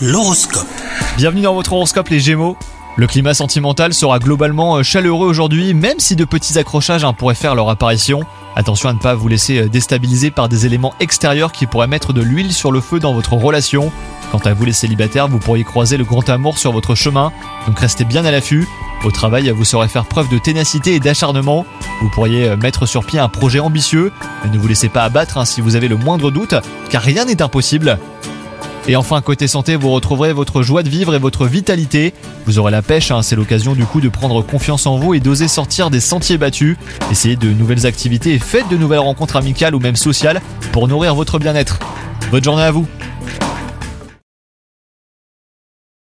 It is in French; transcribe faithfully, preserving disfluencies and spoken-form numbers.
L'horoscope. Bienvenue dans votre horoscope les Gémeaux. Le climat sentimental sera globalement chaleureux aujourd'hui, même si de petits accrochages hein, pourraient faire leur apparition. Attention à ne pas vous laisser déstabiliser par des éléments extérieurs qui pourraient mettre de l'huile sur le feu dans votre relation. Quant à vous les célibataires, vous pourriez croiser le grand amour sur votre chemin, donc restez bien à l'affût. Au travail, vous saurez faire preuve de ténacité et d'acharnement. Vous pourriez mettre sur pied un projet ambitieux, mais ne vous laissez pas abattre hein, si vous avez le moindre doute, car rien n'est impossible. Et enfin, côté santé, vous retrouverez votre joie de vivre et votre vitalité. Vous aurez la pêche, hein, c'est l'occasion du coup de prendre confiance en vous et d'oser sortir des sentiers battus. Essayez de nouvelles activités et faites de nouvelles rencontres amicales ou même sociales pour nourrir votre bien-être. Bonne journée à vous!